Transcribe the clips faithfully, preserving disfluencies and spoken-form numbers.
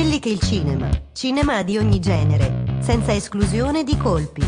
Quelli che il cinema, cinema di ogni genere, senza esclusione di colpi.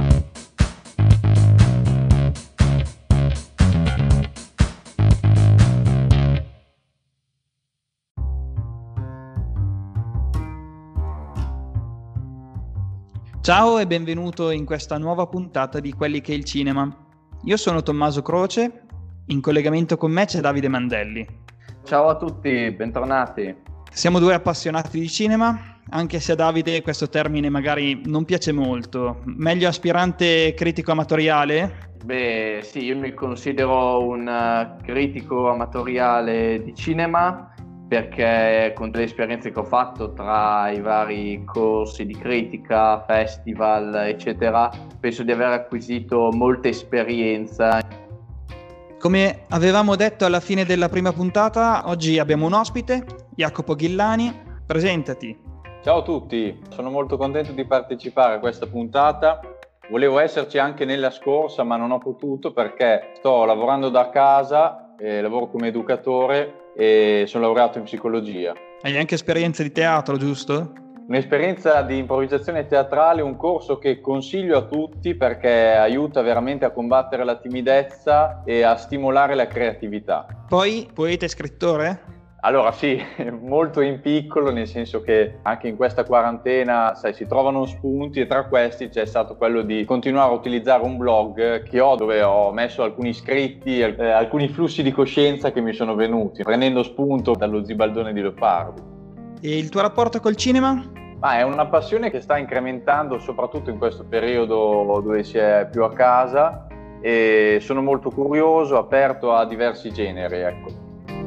Ciao e benvenuto in questa nuova puntata di Quelli che il cinema. Io sono Tommaso Croce, in collegamento con me c'è Davide Mandelli. Ciao a tutti, bentornati. Siamo due appassionati di cinema, anche se a Davide questo termine magari non piace molto. Meglio aspirante critico amatoriale? Beh, sì, io mi considero un uh, critico amatoriale di cinema perché con le esperienze che ho fatto tra i vari corsi di critica, festival, eccetera, penso di aver acquisito molta esperienza. Come avevamo detto alla fine della prima puntata, oggi abbiamo un ospite, Jacopo Ghillani. Presentati. Ciao a tutti, sono molto contento di partecipare a questa puntata. Volevo esserci anche nella scorsa, ma non ho potuto perché sto lavorando da casa, eh, lavoro come educatore e sono laureato in psicologia. Hai anche esperienza di teatro, giusto? Un'esperienza di improvvisazione teatrale, un corso che consiglio a tutti perché aiuta veramente a combattere la timidezza e a stimolare la creatività. Poi, poeta e scrittore? Allora sì, molto in piccolo, nel senso che anche in questa quarantena, sai, si trovano spunti e tra questi c'è stato quello di continuare a utilizzare un blog che ho dove ho messo alcuni scritti, eh, alcuni flussi di coscienza che mi sono venuti, prendendo spunto dallo Zibaldone di Leopardi. E il tuo rapporto col cinema? Ah, è una passione che sta incrementando soprattutto in questo periodo dove si è più a casa e sono molto curioso, aperto a diversi generi, ecco.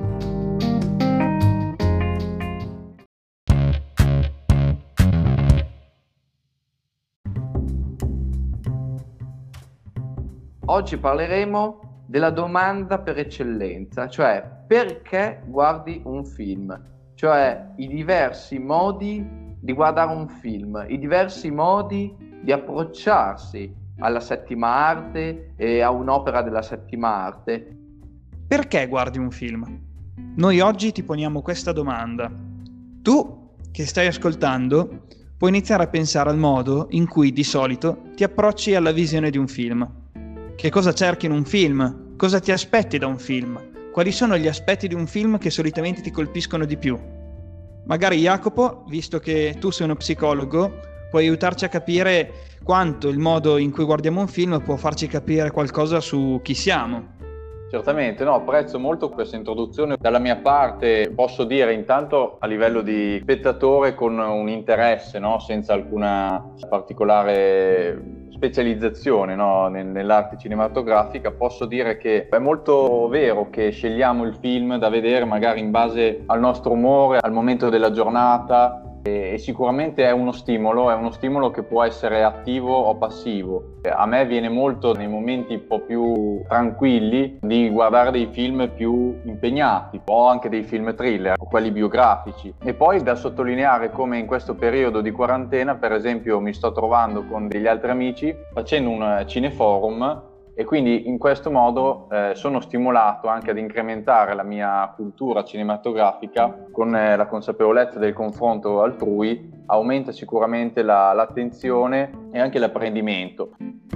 Oggi parleremo della domanda per eccellenza, cioè perché guardi un film, cioè i diversi modi di guardare un film, i diversi modi di approcciarsi alla settima arte e a un'opera della settima arte. Perché guardi un film? Noi oggi ti poniamo questa domanda. Tu, che stai ascoltando, puoi iniziare a pensare al modo in cui di solito ti approcci alla visione di un film. Che cosa cerchi in un film? Cosa ti aspetti da un film? Quali sono gli aspetti di un film che solitamente ti colpiscono di più? Magari Jacopo, visto che tu sei uno psicologo, puoi aiutarci a capire quanto il modo in cui guardiamo un film può farci capire qualcosa su chi siamo. Certamente, no, apprezzo molto questa introduzione. Dalla mia parte posso dire intanto a livello di spettatore con un interesse, no, senza alcuna particolare specializzazione, no, nell'arte cinematografica, posso dire che è molto vero che scegliamo il film da vedere magari in base al nostro umore, al momento della giornata. E sicuramente è uno stimolo, è uno stimolo che può essere attivo o passivo. A me viene molto nei momenti un po' più tranquilli di guardare dei film più impegnati o anche dei film thriller o quelli biografici. E poi da sottolineare come in questo periodo di quarantena, per esempio, mi sto trovando con degli altri amici facendo un cineforum e quindi in questo modo eh, sono stimolato anche ad incrementare la mia cultura cinematografica con eh, la consapevolezza del confronto altrui, aumenta sicuramente la, l'attenzione e anche l'apprendimento.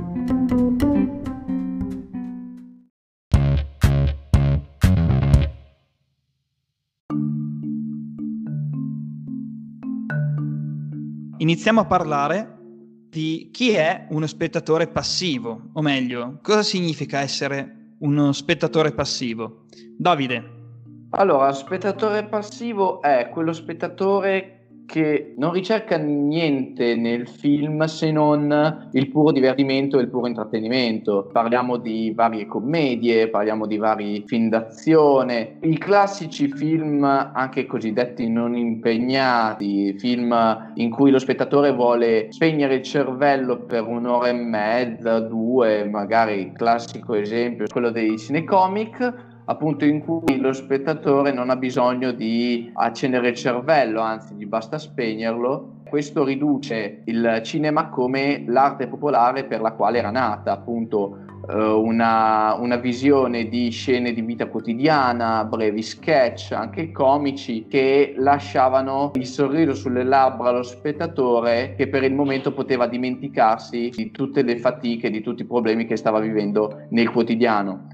Iniziamo a parlare di chi è uno spettatore passivo, o meglio, cosa significa essere uno spettatore passivo? Davide. Allora, spettatore passivo è quello spettatore che non ricerca niente nel film se non il puro divertimento e il puro intrattenimento. Parliamo di varie commedie, parliamo di vari film d'azione, i classici film anche cosiddetti non impegnati, film in cui lo spettatore vuole spegnere il cervello per un'ora e mezza, due, magari il classico esempio, quello dei cinecomic, appunto in cui lo spettatore non ha bisogno di accendere il cervello, anzi gli basta spegnerlo. Questo riduce il cinema come l'arte popolare per la quale era nata, appunto eh, una, una visione di scene di vita quotidiana, brevi sketch, anche comici, che lasciavano il sorriso sulle labbra allo spettatore, che per il momento poteva dimenticarsi di tutte le fatiche, di tutti i problemi che stava vivendo nel quotidiano.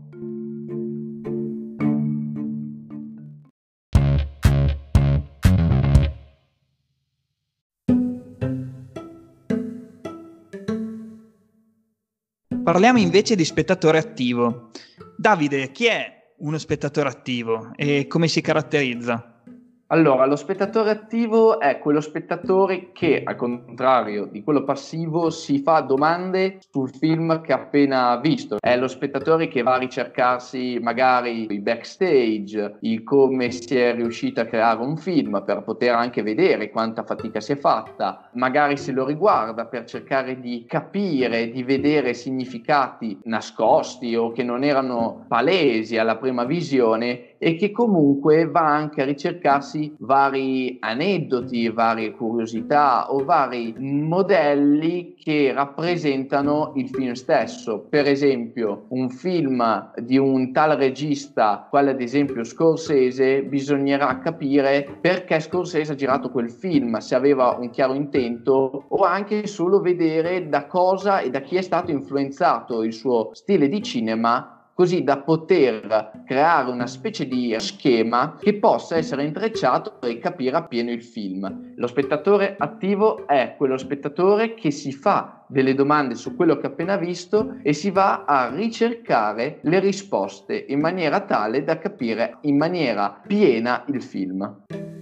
Parliamo invece di spettatore attivo. Davide, chi è uno spettatore attivo e come si caratterizza? Allora, lo spettatore attivo è quello spettatore che, al contrario di quello passivo, si fa domande sul film che ha appena visto. È lo spettatore che va a ricercarsi magari i backstage, il come si è riuscito a creare un film per poter anche vedere quanta fatica si è fatta. Magari se lo riguarda per cercare di capire, di vedere significati nascosti o che non erano palesi alla prima visione, e che comunque va anche a ricercarsi vari aneddoti, varie curiosità o vari modelli che rappresentano il film stesso. Per esempio, un film di un tal regista, quale ad esempio Scorsese, bisognerà capire perché Scorsese ha girato quel film, se aveva un chiaro intento, o anche solo vedere da cosa e da chi è stato influenzato il suo stile di cinema, così da poter creare una specie di schema che possa essere intrecciato e capire appieno il film. Lo spettatore attivo è quello spettatore che si fa delle domande su quello che ha appena visto e si va a ricercare le risposte in maniera tale da capire in maniera piena il film.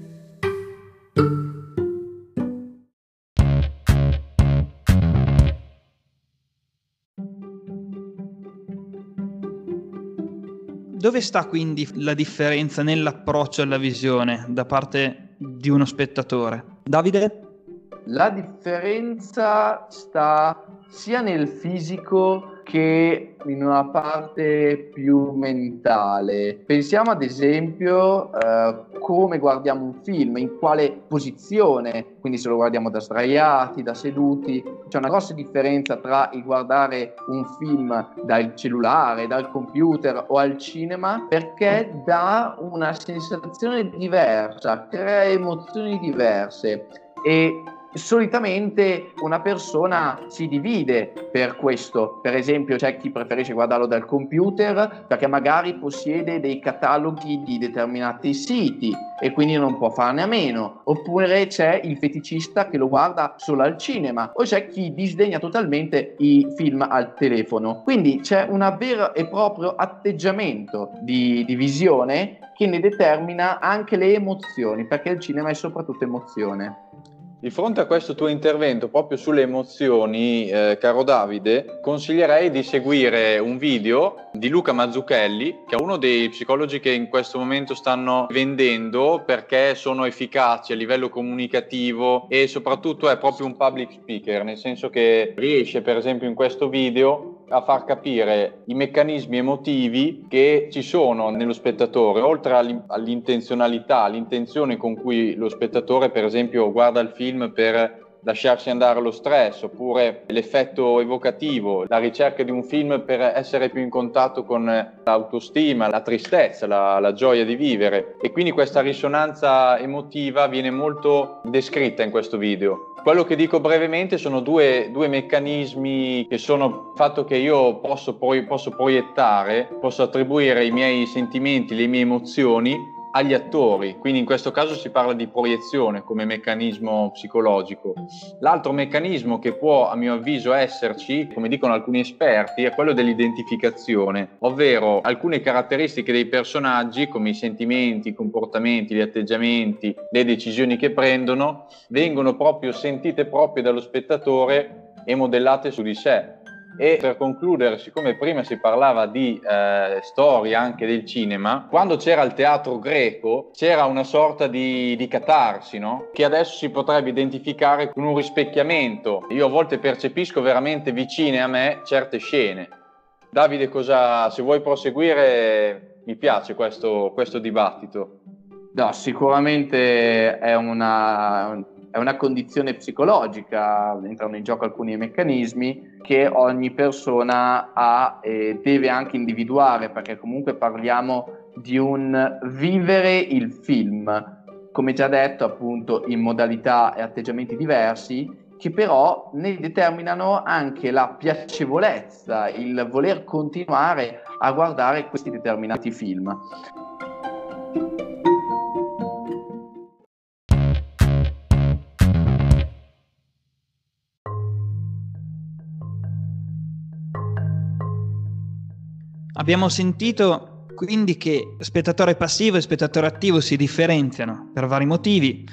Dove sta quindi la differenza nell'approccio alla visione da parte di uno spettatore? Davide? La differenza sta sia nel fisico che in una parte più mentale. Pensiamo ad esempio eh, come guardiamo un film, in quale posizione, quindi se lo guardiamo da sdraiati, da seduti. C'è una grossa differenza tra il guardare un film dal cellulare, dal computer o al cinema, perché dà una sensazione diversa, crea emozioni diverse e solitamente una persona si divide per questo. Per esempio c'è chi preferisce guardarlo dal computer perché magari possiede dei cataloghi di determinati siti e quindi non può farne a meno, oppure c'è il feticista che lo guarda solo al cinema, o c'è chi disdegna totalmente i film al telefono. Quindi c'è un vero e proprio atteggiamento di, di visione che ne determina anche le emozioni, perché il cinema è soprattutto emozione. Di fronte a questo tuo intervento proprio sulle emozioni, eh, caro Davide, consiglierei di seguire un video di Luca Mazzucchelli, che è uno dei psicologi che in questo momento stanno vendendo perché sono efficaci a livello comunicativo e soprattutto è proprio un public speaker, nel senso che riesce, per esempio in questo video, a far capire i meccanismi emotivi che ci sono nello spettatore, oltre all'intenzionalità, l'intenzione con cui lo spettatore, per esempio, guarda il film per lasciarsi andare allo stress, oppure l'effetto evocativo, la ricerca di un film per essere più in contatto con l'autostima, la tristezza, la, la gioia di vivere, e quindi questa risonanza emotiva viene molto descritta in questo video. Quello che dico brevemente sono due, due meccanismi che sono il fatto che io posso, poi, posso proiettare, posso attribuire i miei sentimenti, le mie emozioni agli attori, quindi in questo caso si parla di proiezione come meccanismo psicologico. L'altro meccanismo che può, a mio avviso, esserci, come dicono alcuni esperti, è quello dell'identificazione, ovvero alcune caratteristiche dei personaggi, come i sentimenti, i comportamenti, gli atteggiamenti, le decisioni che prendono, vengono proprio sentite proprio dallo spettatore e modellate su di sé. E per concludere, siccome prima si parlava di eh, storia anche del cinema, quando c'era il teatro greco c'era una sorta di, di catarsi, no? Che adesso si potrebbe identificare con un rispecchiamento. Io a volte percepisco veramente vicine a me certe scene. Davide, cosa, se vuoi proseguire, mi piace questo, questo dibattito. No, sicuramente è una... è una condizione psicologica, entrano in gioco alcuni meccanismi che ogni persona ha e deve anche individuare, perché comunque parliamo di un vivere il film, come già detto appunto in modalità e atteggiamenti diversi, che però ne determinano anche la piacevolezza, il voler continuare a guardare questi determinati film. Abbiamo sentito quindi che spettatore passivo e spettatore attivo si differenziano per vari motivi,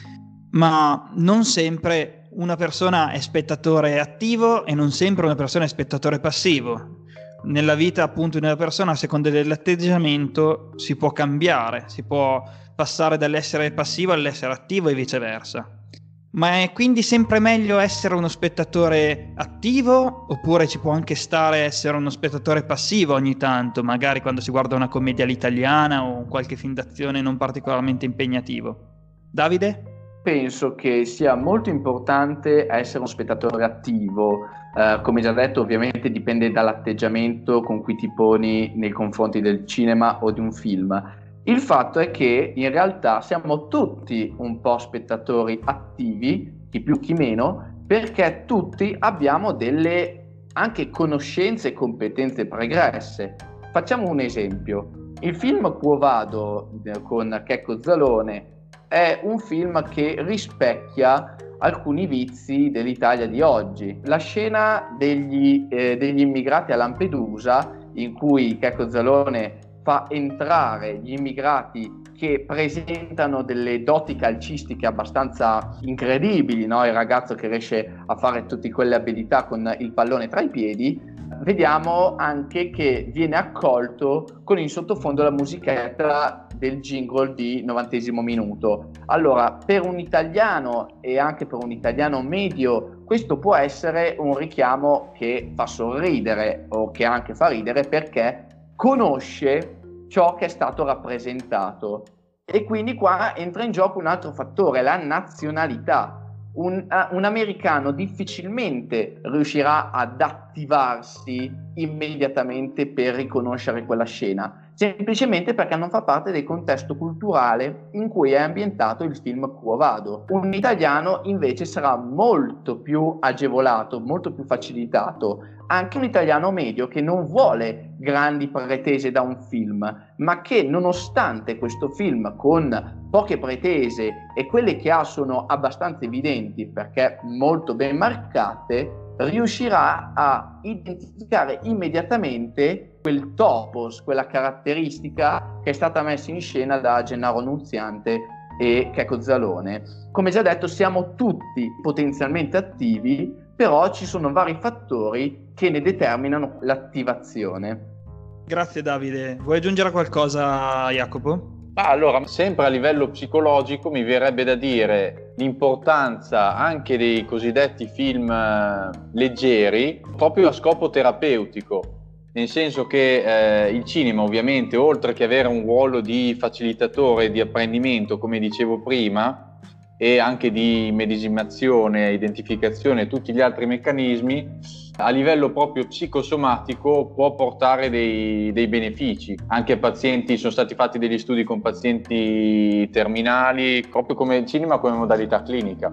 ma non sempre una persona è spettatore attivo e non sempre una persona è spettatore passivo. Nella vita appunto di una persona, a seconda dell'atteggiamento, si può cambiare, si può passare dall'essere passivo all'essere attivo e viceversa. Ma è quindi sempre meglio essere uno spettatore attivo, oppure ci può anche stare essere uno spettatore passivo ogni tanto, magari quando si guarda una commedia all'italiana o qualche film d'azione non particolarmente impegnativo? Davide? Penso che sia molto importante essere uno spettatore attivo, eh, come già detto ovviamente dipende dall'atteggiamento con cui ti poni nei confronti del cinema o di un film. Il fatto è che in realtà siamo tutti un po' spettatori attivi, chi più chi meno, perché tutti abbiamo delle anche conoscenze e competenze pregresse. Facciamo un esempio. Il film Quo Vado con Checco Zalone è un film che rispecchia alcuni vizi dell'Italia di oggi. La scena degli, eh, degli immigrati a Lampedusa, in cui Checco Zalone fa entrare gli immigrati che presentano delle doti calcistiche abbastanza incredibili, no? Il ragazzo che riesce a fare tutte quelle abilità con il pallone tra i piedi, vediamo anche che viene accolto con in sottofondo la musichetta del jingle di novantesimo minuto. Allora, per un italiano e anche per un italiano medio, questo può essere un richiamo che fa sorridere o che anche fa ridere, perché conosce ciò che è stato rappresentato. E quindi qua entra in gioco un altro fattore, la nazionalità. Un, uh, un americano difficilmente riuscirà ad attivarsi immediatamente per riconoscere quella scena, semplicemente perché non fa parte del contesto culturale in cui è ambientato il film Quo Vado. Un italiano invece sarà molto più agevolato, molto più facilitato. Anche un italiano medio che non vuole grandi pretese da un film, ma che nonostante questo film con poche pretese e quelle che ha sono abbastanza evidenti perché molto ben marcate, riuscirà a identificare immediatamente quel topos, quella caratteristica che è stata messa in scena da Gennaro Nunziante e Checco Zalone. Come già detto, siamo tutti potenzialmente attivi, però ci sono vari fattori che ne determinano l'attivazione. Grazie Davide. Vuoi aggiungere qualcosa, Jacopo? Ah, allora, sempre a livello psicologico mi verrebbe da dire l'importanza anche dei cosiddetti film eh, leggeri proprio a scopo terapeutico, nel senso che eh, il cinema ovviamente, oltre che avere un ruolo di facilitatore di apprendimento, come dicevo prima, e anche di medesimazione, identificazione e tutti gli altri meccanismi, a livello proprio psicosomatico può portare dei, dei benefici. Anche a pazienti, sono stati fatti degli studi con pazienti terminali, proprio come il cinema come modalità clinica.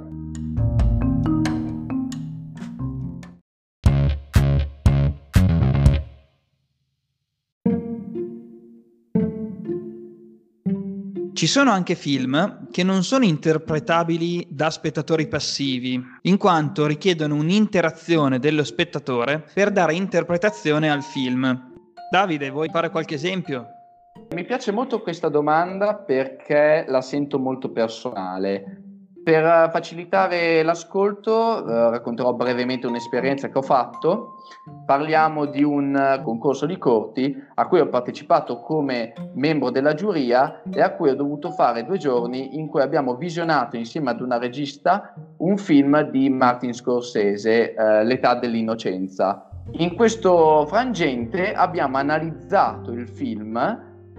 Ci sono anche film che non sono interpretabili da spettatori passivi, in quanto richiedono un'interazione dello spettatore per dare interpretazione al film. Davide, vuoi fare qualche esempio? Mi piace molto questa domanda perché la sento molto personale. Per facilitare l'ascolto eh, racconterò brevemente un'esperienza che ho fatto. Parliamo di un concorso di corti a cui ho partecipato come membro della giuria e a cui ho dovuto fare due giorni in cui abbiamo visionato insieme ad una regista un film di Martin Scorsese, eh, L'età dell'innocenza. In questo frangente abbiamo analizzato il film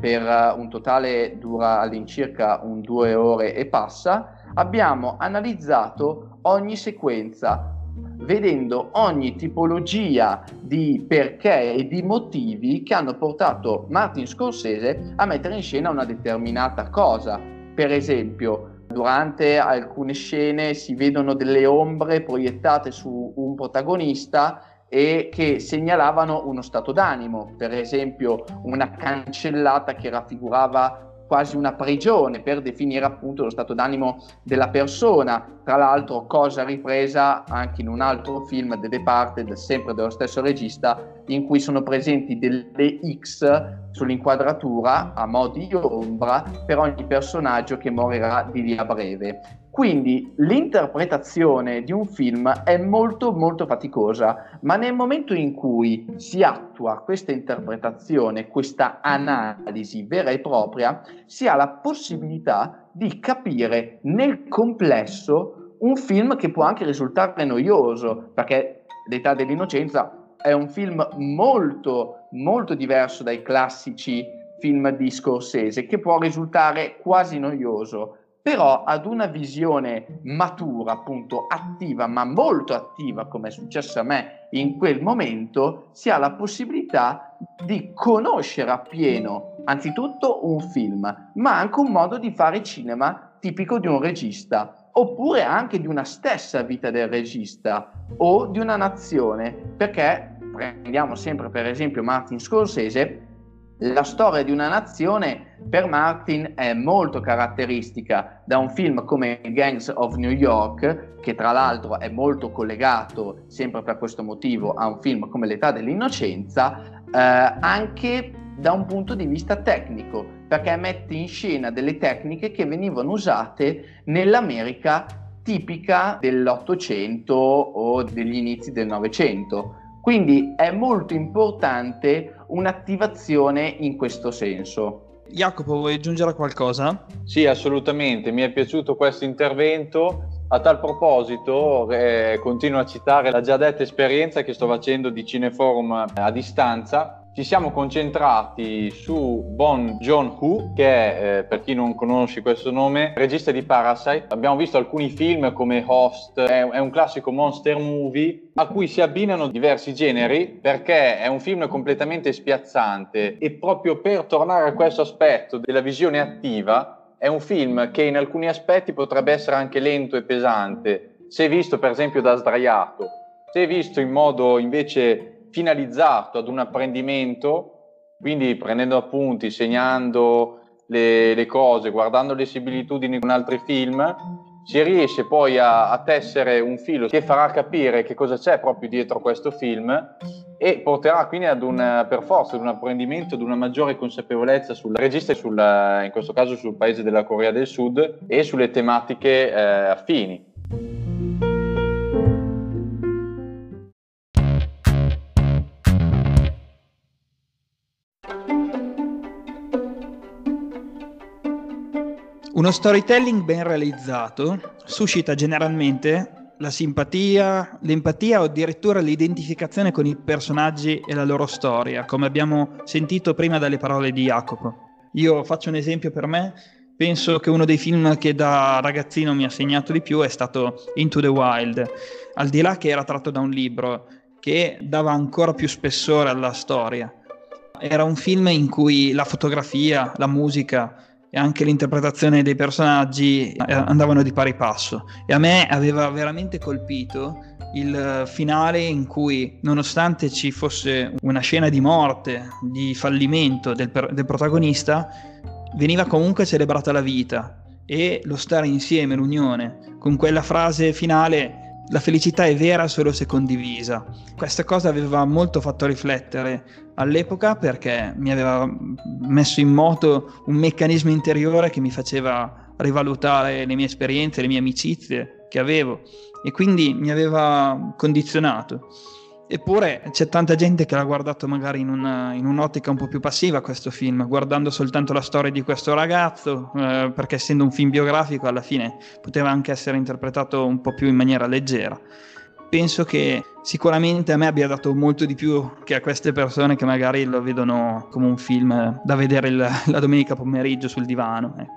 per un totale dura all'incirca un due ore e passa, abbiamo analizzato ogni sequenza, vedendo ogni tipologia di perché e di motivi che hanno portato Martin Scorsese a mettere in scena una determinata cosa. Per esempio, durante alcune scene si vedono delle ombre proiettate su un protagonista e che segnalavano uno stato d'animo, per esempio una cancellata che raffigurava quasi una prigione per definire appunto lo stato d'animo della persona. Tra l'altro, cosa ripresa anche in un altro film, The Departed, sempre dello stesso regista, in cui sono presenti delle X sull'inquadratura a mo' di ombra per ogni personaggio che morirà di lì a breve. Quindi l'interpretazione di un film è molto molto faticosa, ma nel momento in cui si attua questa interpretazione, questa analisi vera e propria, si ha la possibilità di capire nel complesso un film che può anche risultare noioso, perché L'età dell'innocenza è un film molto molto diverso dai classici film di Scorsese, che può risultare quasi noioso. Però ad una visione matura, appunto attiva, ma molto attiva, come è successo a me in quel momento, si ha la possibilità di conoscere appieno anzitutto un film, ma anche un modo di fare cinema tipico di un regista, oppure anche di una stessa vita del regista o di una nazione, perché prendiamo sempre per esempio Martin Scorsese. La storia di una nazione per Martin è molto caratteristica, da un film come Gangs of New York, che tra l'altro è molto collegato, sempre per questo motivo, a un film come L'età dell'innocenza, eh, anche da un punto di vista tecnico, perché mette in scena delle tecniche che venivano usate nell'America tipica dell'Ottocento o degli inizi del Novecento. Quindi è molto importante un'attivazione in questo senso. Jacopo, vuoi aggiungere qualcosa? Sì, assolutamente, mi è piaciuto questo intervento. A tal proposito, eh, continuo a citare la già detta esperienza che sto facendo di Cineforum a distanza. Ci siamo concentrati su Bong Joon-ho, che è, eh, per chi non conosce questo nome, regista di Parasite. Abbiamo visto alcuni film come Host, è, è un classico monster movie a cui si abbinano diversi generi, perché è un film completamente spiazzante, e proprio per tornare a questo aspetto della visione attiva, è un film che in alcuni aspetti potrebbe essere anche lento e pesante, se visto per esempio da sdraiato, se visto in modo invece finalizzato ad un apprendimento, quindi prendendo appunti, segnando le, le cose, guardando le similitudini con altri film, si riesce poi a, a tessere un filo che farà capire che cosa c'è proprio dietro questo film e porterà quindi ad un, per forza, ad un apprendimento, ad una maggiore consapevolezza sul regista e sul, in questo caso sul paese della Corea del Sud e sulle tematiche eh, affini. Uno storytelling ben realizzato suscita generalmente la simpatia, l'empatia o addirittura l'identificazione con i personaggi e la loro storia, come abbiamo sentito prima dalle parole di Jacopo. Io faccio un esempio per me, penso che uno dei film che da ragazzino mi ha segnato di più è stato Into the Wild, al di là che era tratto da un libro che dava ancora più spessore alla storia. Era un film in cui la fotografia, la musica e anche l'interpretazione dei personaggi andavano di pari passo, e a me aveva veramente colpito il finale in cui, nonostante ci fosse una scena di morte, di fallimento del, del protagonista, veniva comunque celebrata la vita e lo stare insieme, l'unione, con quella frase finale: la felicità è vera solo se condivisa. Questa cosa aveva molto fatto riflettere all'epoca, perché mi aveva messo in moto un meccanismo interiore che mi faceva rivalutare le mie esperienze, le mie amicizie che avevo, e quindi mi aveva condizionato. Eppure c'è tanta gente che l'ha guardato magari in, una, in un'ottica un po' più passiva questo film, guardando soltanto la storia di questo ragazzo, eh, perché essendo un film biografico alla fine poteva anche essere interpretato un po' più in maniera leggera. penso che sicuramente a me abbia dato molto di più che a queste persone che magari lo vedono come un film da vedere il, la domenica pomeriggio sul divano, ecco.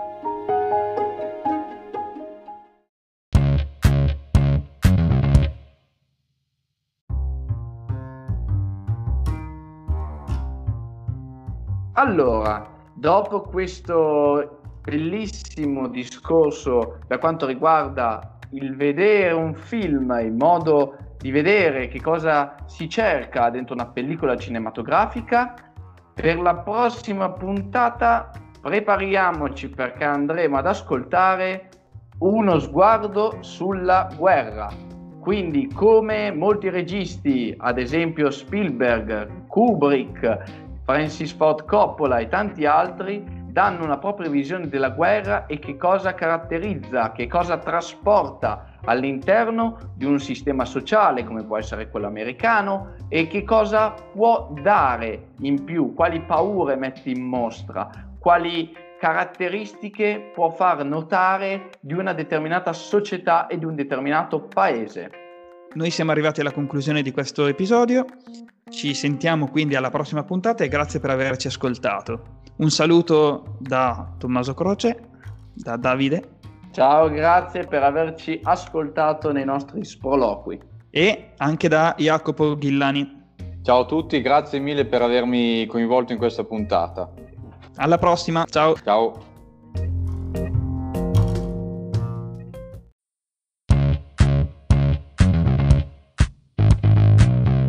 Allora, dopo questo bellissimo discorso per quanto riguarda il vedere un film, il modo di vedere che cosa si cerca dentro una pellicola cinematografica, per la prossima puntata prepariamoci perché andremo ad ascoltare Uno sguardo sulla guerra. Quindi, come molti registi, ad esempio Spielberg, Kubrick, Francis Ford Coppola e tanti altri, danno una propria visione della guerra e che cosa caratterizza, che cosa trasporta all'interno di un sistema sociale come può essere quello americano e che cosa può dare in più, quali paure mette in mostra, quali caratteristiche può far notare di una determinata società e di un determinato paese. Noi siamo arrivati alla conclusione di questo episodio. Ci sentiamo quindi alla prossima puntata e grazie per averci ascoltato. Un saluto da Tommaso Croce, da Davide. Ciao, grazie per averci ascoltato nei nostri sproloqui. E anche da Jacopo Ghillani. Ciao a tutti, grazie mille per avermi coinvolto in questa puntata. Alla prossima, ciao. Ciao.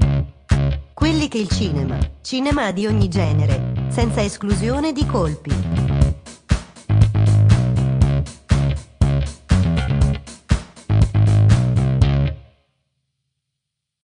Quelli che il cinema, cinema di ogni genere, senza esclusione di colpi.